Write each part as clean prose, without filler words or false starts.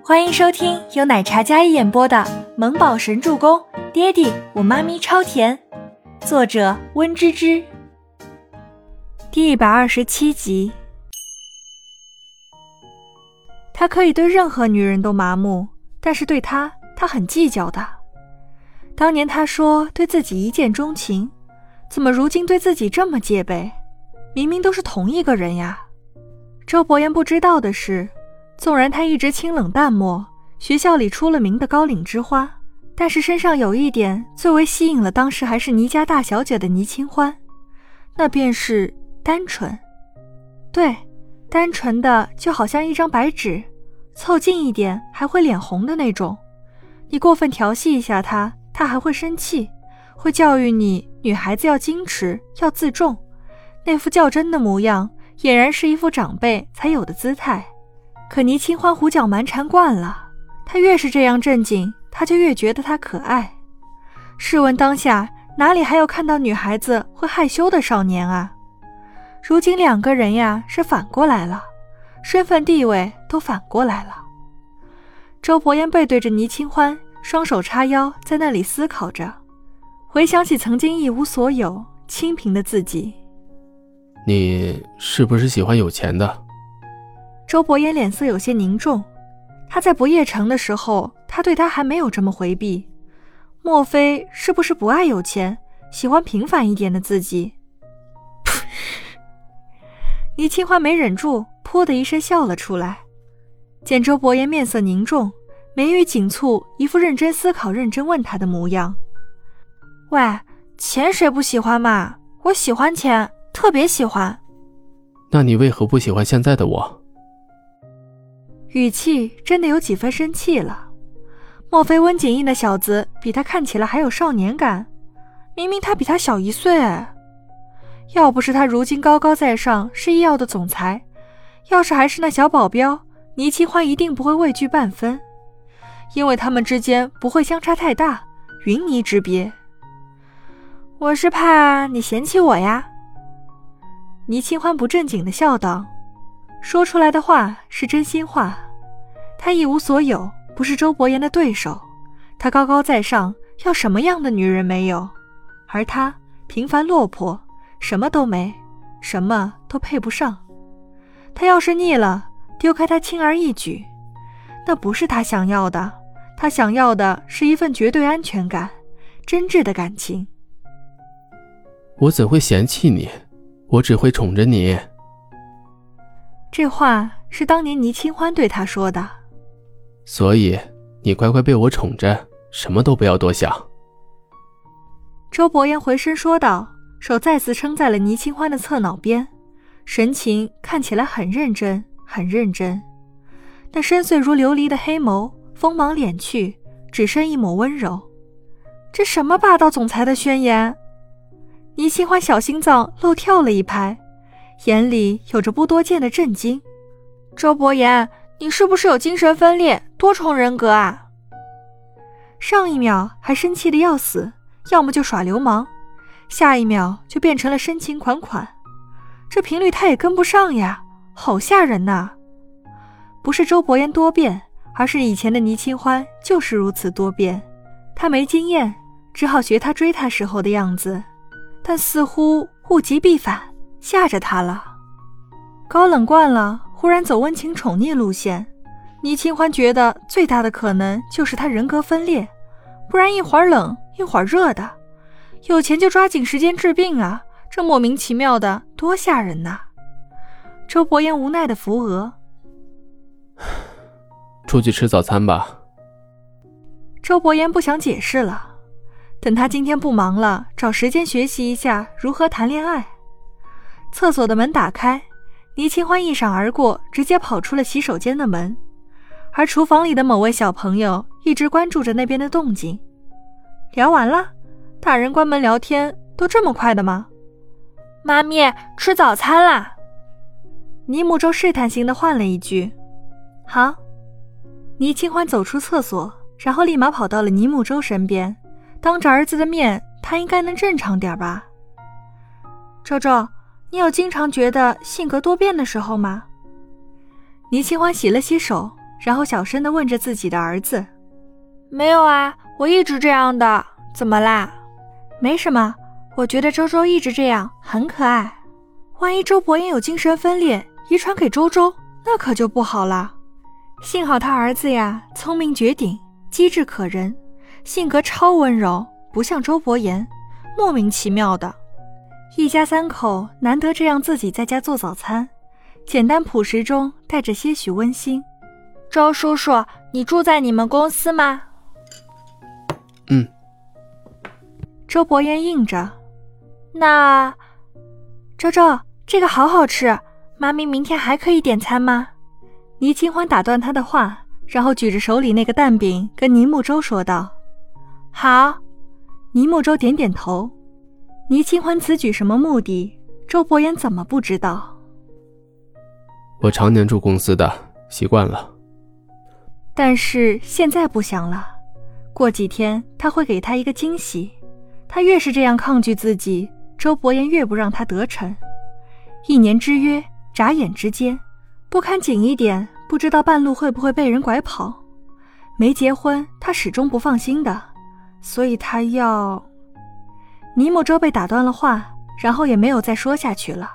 欢迎收听由奶茶嘉一演播的《萌宝神助攻》，爹地我妈咪超甜，作者温芝芝。第127集。他可以对任何女人都麻木，但是对他很计较的。当年他说对自己一见钟情，怎么如今对自己这么戒备？明明都是同一个人呀。周伯言不知道的是，纵然他一直清冷淡漠，学校里出了名的高岭之花，但是身上有一点最为吸引了当时还是倪家大小姐的倪清欢，那便是单纯。对，单纯的就好像一张白纸，凑近一点还会脸红的那种。你过分调戏一下他还会生气，会教育你女孩子要矜持，要自重，那副较真的模样俨然是一副长辈才有的姿态。可倪清欢胡搅蛮缠惯了，他越是这样正经，他就越觉得他可爱。试问当下哪里还有看到女孩子会害羞的少年啊？如今两个人呀是反过来了，身份地位都反过来了。周伯言背对着倪清欢，双手叉腰在那里思考着，回想起曾经一无所有清贫的自己。 你是不是喜欢有钱的？ 周伯言脸色有些凝重，他在不夜城的时候，他对他还没有这么回避。莫非是不是不爱有钱，喜欢平凡一点的自己？倪清欢没忍住，噗的一声笑了出来。见周伯言面色凝重，眉宇紧蹙，一副认真思考认真问他的模样。喂，钱谁不喜欢嘛？我喜欢钱，特别喜欢。 那你为何不喜欢现在的我？ 语气真的有几分生气了。莫非温景逸的小子比他看起来还有少年感？明明他比他小1岁哎。要不是他如今高高在上，是医药的总裁，要是还是那小保镖，倪清欢一定不会畏惧半分，因为他们之间不会相差太大，云泥之别。我是怕你嫌弃我呀。倪清欢不正经地笑道，说出来的话是真心话。他一无所有，不是周伯言的对手，他高高在上，要什么样的女人没有？而他平凡落魄，什么都没，什么都配不上。他要是腻了，丢开他轻而易举。那不是他想要的，他想要的是一份绝对安全感，真挚的感情。 我怎会嫌弃你？我只会宠着你。 这话是当年倪清欢对他说的。 所以你乖乖被我宠着，什么都不要多想。 周伯言回身说道，手再次撑在了倪清欢的侧脑边，神情看起来很认真，很认真。那深邃如琉璃的黑眸锋芒敛去，只剩一抹温柔。这什么霸道总裁的宣言？倪清欢小心脏漏跳了一拍，眼里有着不多见的震惊。周伯言，你是不是有精神分裂，多重人格啊？上一秒还生气的要死，要么就耍流氓，下一秒就变成了深情款款，这频率他也跟不上呀，好吓人呐。不是周伯言多变，而是以前的倪清欢就是如此多变。他没经验，只好学他追他时候的样子，但似乎物极必反，吓着他了。高冷惯了，忽然走温情宠溺路线，倪清欢觉得最大的可能就是他人格分裂，不然一会儿冷一会儿热的，有钱就抓紧时间治病啊，这莫名其妙的多吓人呐。周伯言无奈的扶额， 出去吃早餐吧。 周伯言不想解释了，等他今天不忙了，找时间学习一下如何谈恋爱。厕所的门打开，倪清欢一闪而过，直接跑出了洗手间的门，而厨房里的某位小朋友一直关注着那边的动静。聊完了？大人关门聊天都这么快的吗？妈咪，吃早餐啦。倪木舟试探性地换了一句。好。倪清欢走出厕所，然后立马跑到了倪木舟身边，当着儿子的面，他应该能正常点吧。周周，你有经常觉得性格多变的时候吗？倪清欢洗了洗手， 然后小声地问着自己的儿子： 没有啊，我一直这样的，怎么啦？ 没什么，我觉得周周一直这样很可爱，万一周伯言有精神分裂遗传给周周，那可就不好了。幸好他儿子呀聪明绝顶，机智可人，性格超温柔，不像周伯言，莫名其妙的。一家三口难得这样自己在家做早餐，简单朴实中带着些许温馨。 周叔叔，你住在你们公司吗？ 周伯言应着。 那周周，这个好好吃，妈咪明天还可以点餐吗？倪清欢打断他的话，然后举着手里那个蛋饼跟倪木舟说道： 好。 倪木舟点点头。倪清欢此举什么目的，周伯言怎么不知道？ 我常年住公司的，习惯了。 但是现在不想了，过几天他会给他一个惊喜。他越是这样抗拒自己，周伯言越不让他得逞。1年之约，眨眼之间，不看紧一点，不知道半路会不会被人拐跑。没结婚，他始终不放心的，所以他要……倪木舟被打断了话，然后也没有再说下去了。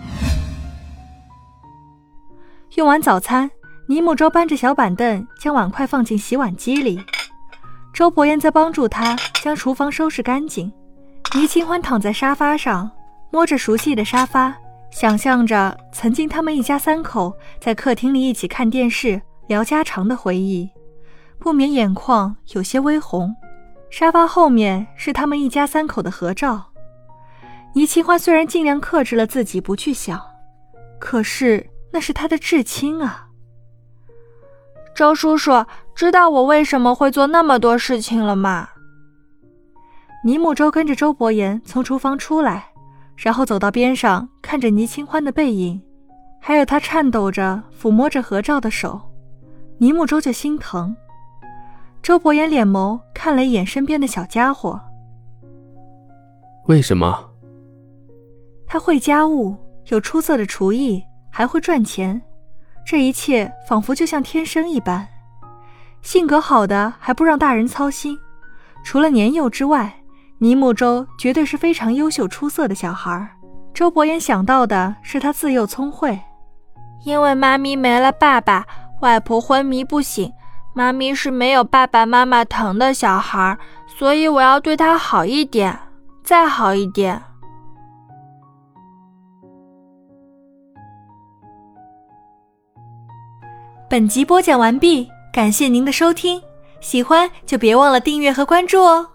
用完早餐，倪木舟搬着小板凳，将碗筷放进洗碗机里。周伯言则帮助他将厨房收拾干净。倪清欢躺在沙发上，摸着熟悉的沙发，想象着曾经他们一家三口在客厅里一起看电视聊家常的回忆，不免眼眶有些微红。沙发后面是他们一家三口的合照。倪清欢虽然尽量克制了自己不去想，可是那是他的至亲啊。 周叔叔，知道我为什么会做那么多事情了吗？ 倪木舟跟着周伯言从厨房出来，然后走到边上，看着倪清欢的背影，还有他颤抖着抚摸着合照的手，倪木舟就心疼。周伯言脸眸看了一眼身边的小家伙。 为什么？ 他会家务，有出色的厨艺，还会赚钱，这一切仿佛就像天生一般。性格好的还不让大人操心，除了年幼之外，倪木舟绝对是非常优秀出色的小孩。周伯言想到的是他自幼聪慧。 因为妈咪没了爸爸，外婆昏迷不醒，妈咪是没有爸爸妈妈疼的小孩，所以我要对她好一点，再好一点。 本集播讲完毕，感谢您的收听，喜欢就别忘了订阅和关注哦。